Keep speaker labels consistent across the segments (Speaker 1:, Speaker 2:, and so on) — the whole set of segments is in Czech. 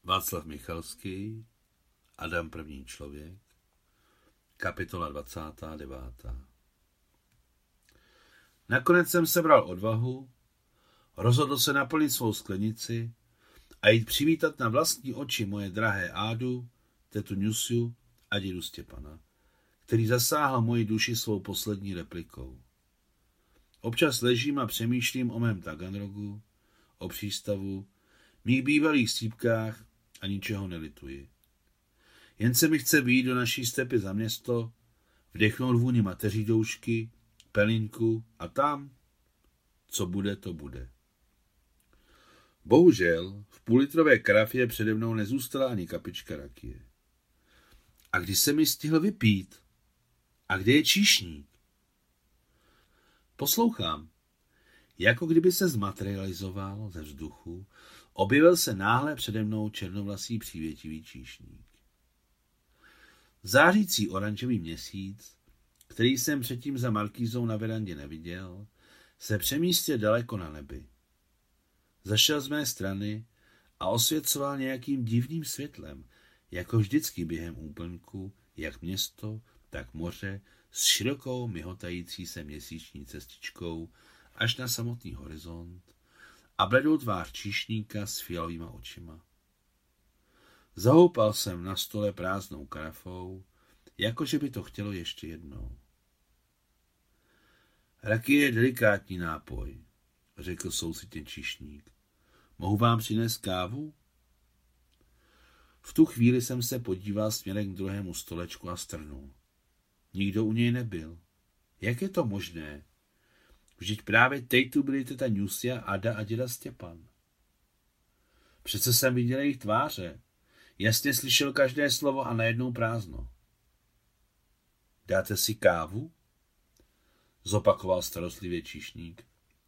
Speaker 1: Václav Michalský, Adam první člověk, kapitola 29. Nakonec jsem sebral odvahu, rozhodl se naplnit svou sklenici a jít přivítat na vlastní oči moje drahé Ádu, tetu Ňusiu a dědu Stěpana, který zasáhl moji duši svou poslední replikou. Občas ležím a přemýšlím o mém Taganrogu, o přístavu, mých bývalých střípkách a ničeho nelituji. Jen se mi chce vyjít do naší stepy za město, vdechnout vůni mateří doušky, pelinku a tam, co bude, to bude. Bohužel v půllitrové karafě přede mnou nezůstala ani kapička rakie. A kdy se mi stihl vypít? A kde je číšník? Poslouchám. Jako kdyby se zmaterializoval ze vzduchu, objevil se náhle přede mnou černovlasý přívětivý číšník. Zářící oranžový měsíc, který jsem předtím za markýzou na verandě neviděl, se přemístil daleko na nebi. Zašel z mé strany a osvěcoval nějakým divným světlem, jako vždycky během úplňku, jak město, tak moře, s širokou myhotající se měsíční cestičkou až na samotný horizont a bledou tvář číšníka s fialovýma očima. Zahoupal jsem na stole prázdnou karafou, jakože by to chtělo ještě jednou. Rakie je delikátní nápoj, řekl soucitně číšník. Mohu vám přinést kávu? V tu chvíli jsem se podíval směrem k druhému stolečku a strnul. Nikdo u něj nebyl. Jak je to možné? Vždyť právě teď tu byli teta Ňusia, Ada a děda Stěpan. Přece jsem viděl jejich tváře. Jasně slyšel každé slovo a najednou prázdno. Dáte si kávu? Zopakoval starostlivě číšník.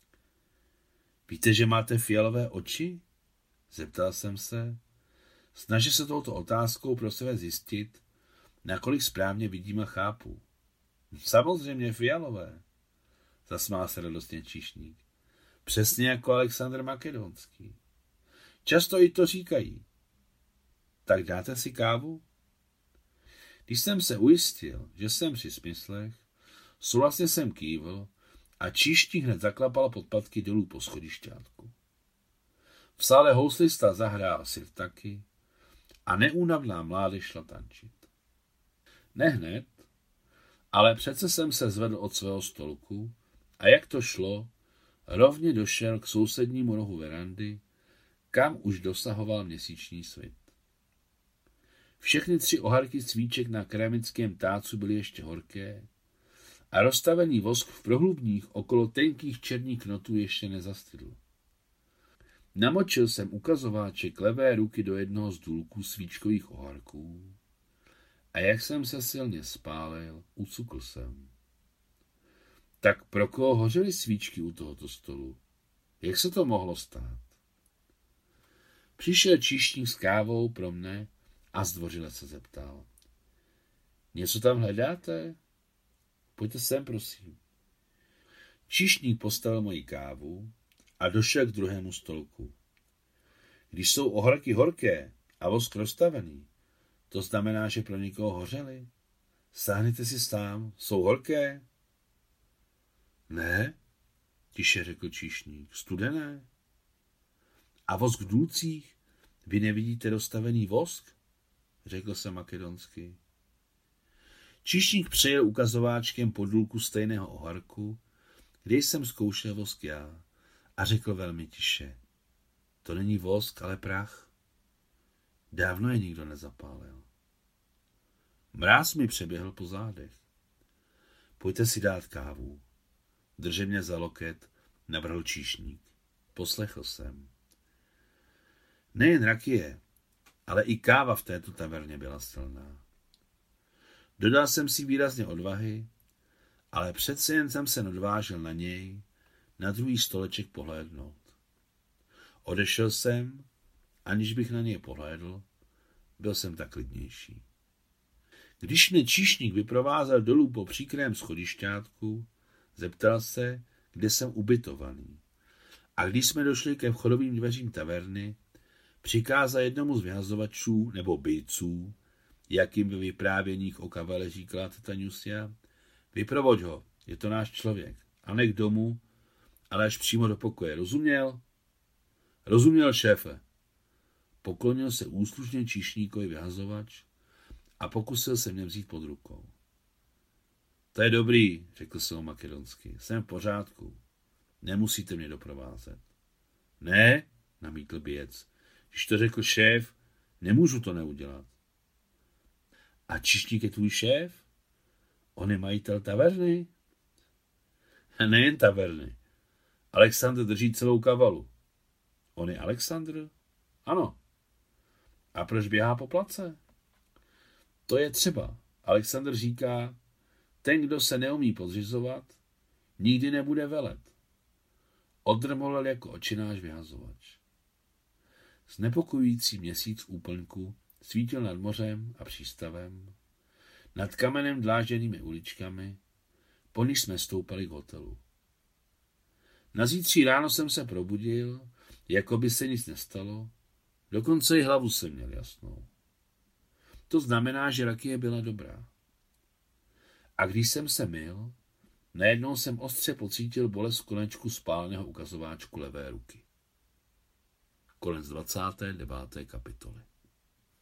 Speaker 1: Víte, že máte fialové oči? Zeptal jsem se, snažil se touto otázkou pro sebe zjistit, nakolik správně vidím a chápu. Samozřejmě fialové, zasmál se radostně číšník. Přesně jako Alexandr Makedonský. Často i to říkají. Tak dáte si kávu? Když jsem se ujistil, že jsem při smyslech, souhlasně jsem kývl a číšník hned zaklapal podpatky dolů po schodišťátku. V sále houslista zahrál sirtaky a neúnavná mládež šla tančit. Ne hned, ale přece jsem se zvedl od svého stolku a jak to šlo, rovně došel k sousednímu rohu verandy, kam už dosahoval měsíční svit. Všechny 3 oharky svíček na keramickém tácu byly ještě horké a rozstavený vosk v prohlubních okolo tenkých černých knotů ještě nezastydl. Namočil jsem ukazováček levé ruky do jednoho z důlků svíčkových oharků a jak jsem se silně spálil, ucukl jsem. Tak pro koho hořely svíčky u tohoto stolu? Jak se to mohlo stát? Přišel číšník s kávou pro mne a zdvořile se zeptal. Něco tam hledáte? Pojďte sem, prosím. Číšník postavil moji kávu a došel k druhému stolku. Když jsou oharky horké a vosk rozstavený, to znamená, že pro někoho hořely. Sáhněte si sám, jsou horké? Ne, tiše řekl číšník, studené. A vosk v důlcích? Vy nevidíte rozstavený vosk? Řekl jsem makedonsky. Číšník přejel ukazováčkem po důlku stejného oharku, kde jsem zkoušel vosk já, a řekl velmi tiše. To není vosk, ale prach. Dávno je nikdo nezapálil. Mráz mi přeběhl po zádech. Pojďte si dát kávu. Drže mě za loket, navrhl číšník. Poslechl jsem. Nejen rakie, ale i káva v této taverně byla silná. Dodal jsem si výrazně odvahy, ale přece jen jsem se odvážil na něj, na druhý stoleček pohlédnout. Odešel jsem, aniž bych na něj pohlédl, byl jsem tak klidnější. Když mě číšník vyprovázel dolů po příkrém schodišťátku, zeptal se, kde jsem ubytovaný. A když jsme došli ke vchodovým dveřím taverny, Přikázal jednomu z vyhazovačů nebo bejců, jakým ve vyprávěních o Kavele říkala teta Nusia, vyprovoď ho, je to náš člověk, a ne k domu, ale až přímo do pokoje. Rozuměl? Rozuměl, šéfe. Poklonil se úslužně číšníkovi vyhazovač a pokusil se mě vzít pod rukou. To je dobrý, řekl jsem makedonsky. Jsem v pořádku. Nemusíte mě doprovázet. Ne, namítl bějec. Když to řekl šéf, nemůžu to neudělat. A číšník je tvůj šéf? On je majitel taverny? Nejen taverny. Alexandr drží celou Kavalu. On je Alexandr? Ano. A proč běhá po place? To je třeba. Alexandr říká, ten, kdo se neumí podřizovat, nikdy nebude velet. Odrmolel jako očináš vyhazovač. Znepokojující měsíc úplňku svítil nad mořem a přístavem, nad kamenem dlážděnými uličkami, po níž jsme stoupali k hotelu. Na zítří ráno jsem se probudil, jako by se nic nestalo, dokonce i hlavu jsem měl jasnou. To znamená, že rakie byla dobrá. A když jsem se myl, najednou jsem ostře pocítil bolest v konečku spálného ukazováčku levé ruky. Konec 29. kapitoly.